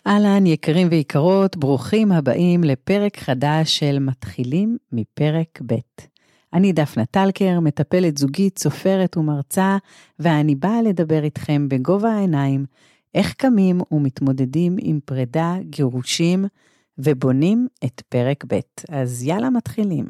אהלן יקרים ויקרות, ברוכים הבאים לפרק חדש של מתחילים מפרק ב'. אני דפנה טלקר, מטפלת זוגית, סופרת ומרצה, ואני באה לדבר איתכם בגובה העיניים, איך קמים ומתמודדים עם פרידה, גירושים, ובונים את פרק ב'. אז יאללה מתחילים.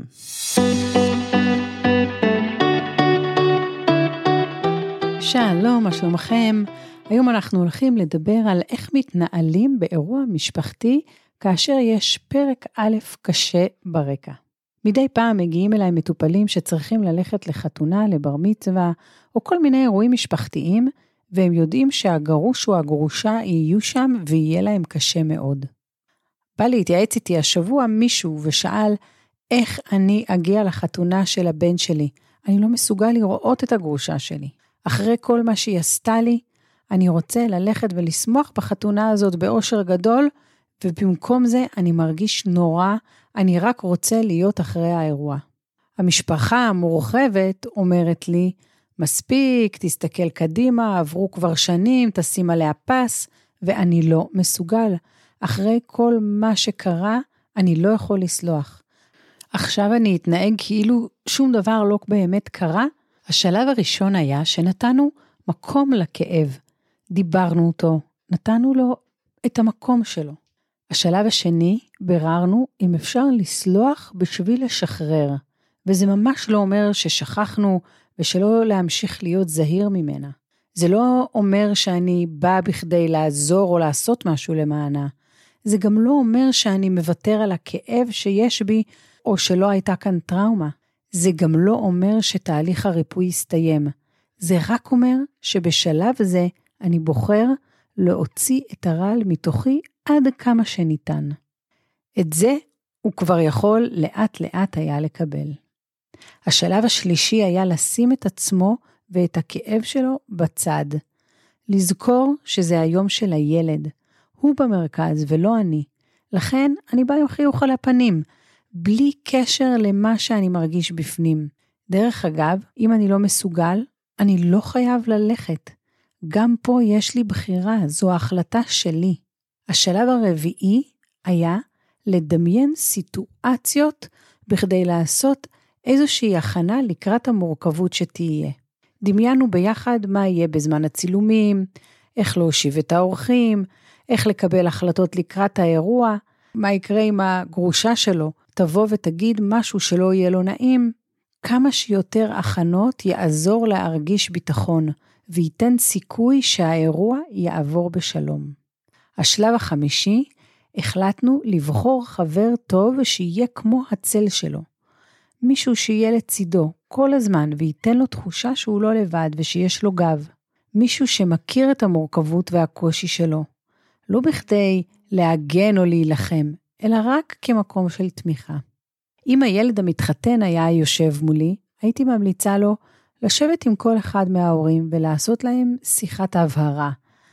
שלום, מה שלומכם? היום אנחנו הולכים לדבר על איך מתנהלים באירוע משפחתי כאשר יש פרק א' קשה ברקע. מדי פעם מגיעים אליי מטופלים שצריכים ללכת לחתונה, לבר מצווה, או כל מיני אירועים משפחתיים, והם יודעים שהגרוש או הגרושה יהיו שם ויהיה להם קשה מאוד. בא להתייעץ איתי השבוע מישהו ושאל איך אני אגיע לחתונה של הבן שלי. אני לא מסוגל לראות את הגרושה שלי. אחרי כל מה שהיא עשתה לי, אני רוצה ללכת ולשמוח בחתונה הזאת באושר גדול, ובמקום זה אני מרגיש נורא, אני רק רוצה להיות אחרי האירוע. המשפחה המורחבת אומרת לי, מספיק, תסתכל קדימה, עברו כבר שנים, תשים עליה פס, ואני לא מסוגל. אחרי כל מה שקרה, אני לא יכול לסלוח. עכשיו אני אתנהג כאילו שום דבר לא באמת קרה. השלב הראשון היה שנתנו מקום לכאב. דיברנו אותו, נתנו לו את המקום שלו. השלב השני, ביררנו אם אפשר לסלוח בשביל לשחרר, וזה ממש לא אומר ששכחנו ושלא להמשיך להיות זהיר ממנה. זה לא אומר שאני באה בכדי לעזור או לעשות משהו למענה. זה גם לא אומר שאני מוותר על הכאב שיש בי או שלא הייתה כאן טראומה. זה גם לא אומר שתהליך הריפוי יסתיים. זה רק אומר שבשלב זה אני בוחר להוציא את הרעל מתוכי עד כמה שניתן. את זה הוא כבר יכול לאט לאט היה לקבל. השלב השלישי היה לשים את עצמו ואת הכאב שלו בצד. לזכור שזה היום של הילד. הוא במרכז ולא אני. לכן אני באה עם חיוך על הפנים, בלי קשר למה שאני מרגיש בפנים. דרך אגב, אם אני לא מסוגל, אני לא חייב ללכת. גם פה יש לי בחירה, זו ההחלטה שלי. השלב הרביעי היה לדמיין סיטואציות בכדי לעשות איזושהי הכנה לקראת המורכבות שתהיה. דמיינו ביחד מה יהיה בזמן הצילומים, איך להושיב את האורחים, איך לקבל החלטות לקראת האירוע, מה יקרה עם הגרושה שלו, תבוא ותגיד משהו שלא יהיה לו נעים. כמה שיותר הכנות יעזור להרגיש ביטחון, וייתן סיכוי שהאירוע יעבור בשלום. השלב החמישי, החלטנו לבחור חבר טוב שיהיה כמו הצל שלו. מישהו שיהיה לצידו כל הזמן וייתן לו תחושה שהוא לא לבד ושיש לו גב. מישהו שמכיר את המורכבות והקושי שלו. לא בכדי להגן או להילחם, אלא רק כמקום של תמיכה. אם הילד המתחתן היה יושב מולי, הייתי ממליצה לו לשבת עם כל אחד מההורים ולעשות להם שיחת הבהרה.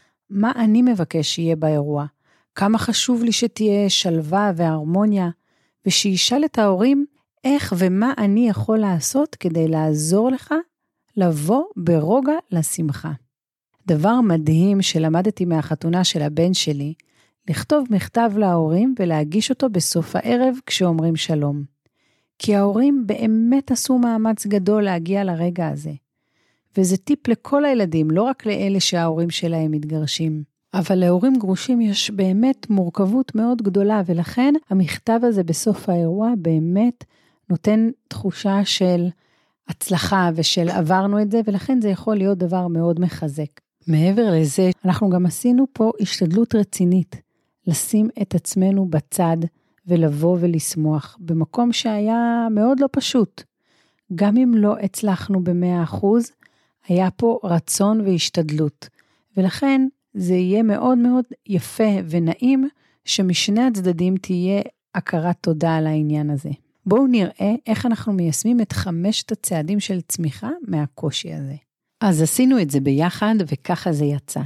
מה אני מבקש שיהיה באירוע? כמה חשוב לי שתהיה שלווה והרמוניה, ושישאל את ההורים איך ומה אני יכול לעשות כדי לעזור לך לבוא ברוגע לשמחה. דבר מדהים שלמדתי מהחתונה של הבן שלי, לכתוב מכתב להורים ולהגיש אותו בסוף הערב כשאומרים שלום. כי ההורים באמת עשו מאמץ גדול להגיע לרגע הזה. וזה טיפ לכל הילדים, לא רק לאלה שההורים שלהם מתגרשים. אבל להורים גרושים יש באמת מורכבות מאוד גדולה, ולכן המכתב הזה בסוף האירוע באמת נותן תחושה של הצלחה ושל עברנו את זה, ולכן זה יכול להיות דבר מאוד מחזק. מעבר לזה, אנחנו גם עשינו פה השתדלות רצינית, לשים את עצמנו בצד ולבוא ולשמוח, במקום שהיה מאוד לא פשוט. גם אם לא הצלחנו ב100%, היה פה רצון והשתדלות, ולכן זה יהיה מאוד מאוד יפה ונעים, שמשני הצדדים תהיה הכרת תודה על העניין הזה. בואו נראה איך אנחנו מיישמים את 5 הצעדים של צמיחה מהקושי הזה. אז עשינו את זה ביחד וככה זה יצא.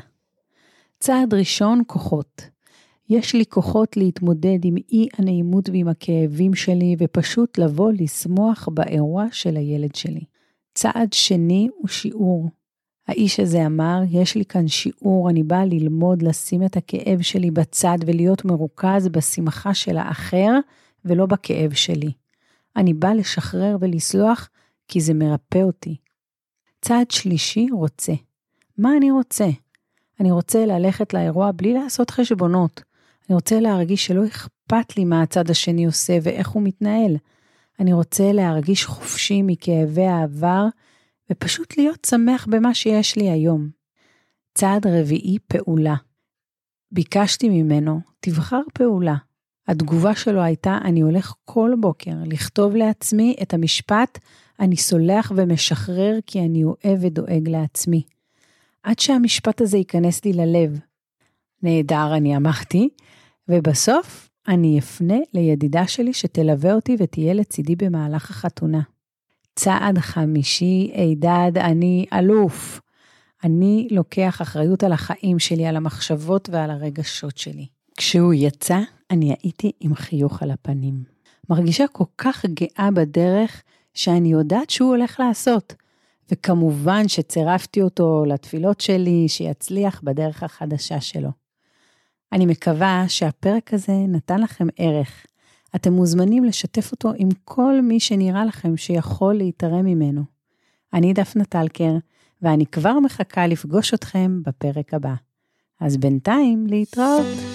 צעד ראשון, כוחות. יש לי כוחות להתמודד עם אי הנעימות ועם הכאבים שלי, ופשוט לבוא לשמוח באירוע של הילד שלי. צעד שני הוא שיעור. האיש הזה אמר, יש לי כאן שיעור, אני באה ללמוד, לשים את הכאב שלי בצד ולהיות מרוכז בשמחה של האחר ולא בכאב שלי. אני באה לשחרר ולסלוח כי זה מרפא אותי. צעד שלישי רוצה. מה אני רוצה? אני רוצה ללכת לאירוע בלי לעשות חשבונות. אני רוצה להרגיש שלא אכפת לי מה הצד השני עושה ואיך הוא מתנהל. אני רוצה להרגיש חופשי מכאבי העבר ופשוט להיות שמח במה שיש לי היום. צעד רביעי, פעולה. ביקשתי ממנו, תבחר פעולה. התגובה שלו הייתה, אני הולך כל בוקר לכתוב לעצמי את המשפט, אני סולח ומשחרר כי אני אוהב ודואג לעצמי. עד שהמשפט הזה ייכנס לי ללב. נהדר, אני אמרתי, ובסוף אני אפנה לידידה שלי שתלווה אותי ותהיה לצידי במהלך החתונה. צעד חמישי, עידד, אני אלוף. אני לוקח אחריות על החיים שלי, על המחשבות ועל הרגשות שלי. כשהוא יצא, אני הייתי עם חיוך על הפנים. מרגישה כל כך גאה בדרך שאני יודעת שהוא הולך לעשות. וכמובן שצירפתי אותו לתפילות שלי, שיצליח בדרך החדשה שלו. אני מקווה שהפרק הזה נתן לכם ערך. אתם מוזמנים לשתף אותו עם כל מי שנראה לכם שיכול להתערם ממנו. אני דפנה טלקר, ואני כבר מחכה לפגוש אתכם בפרק הבא. אז בינתיים להתראות.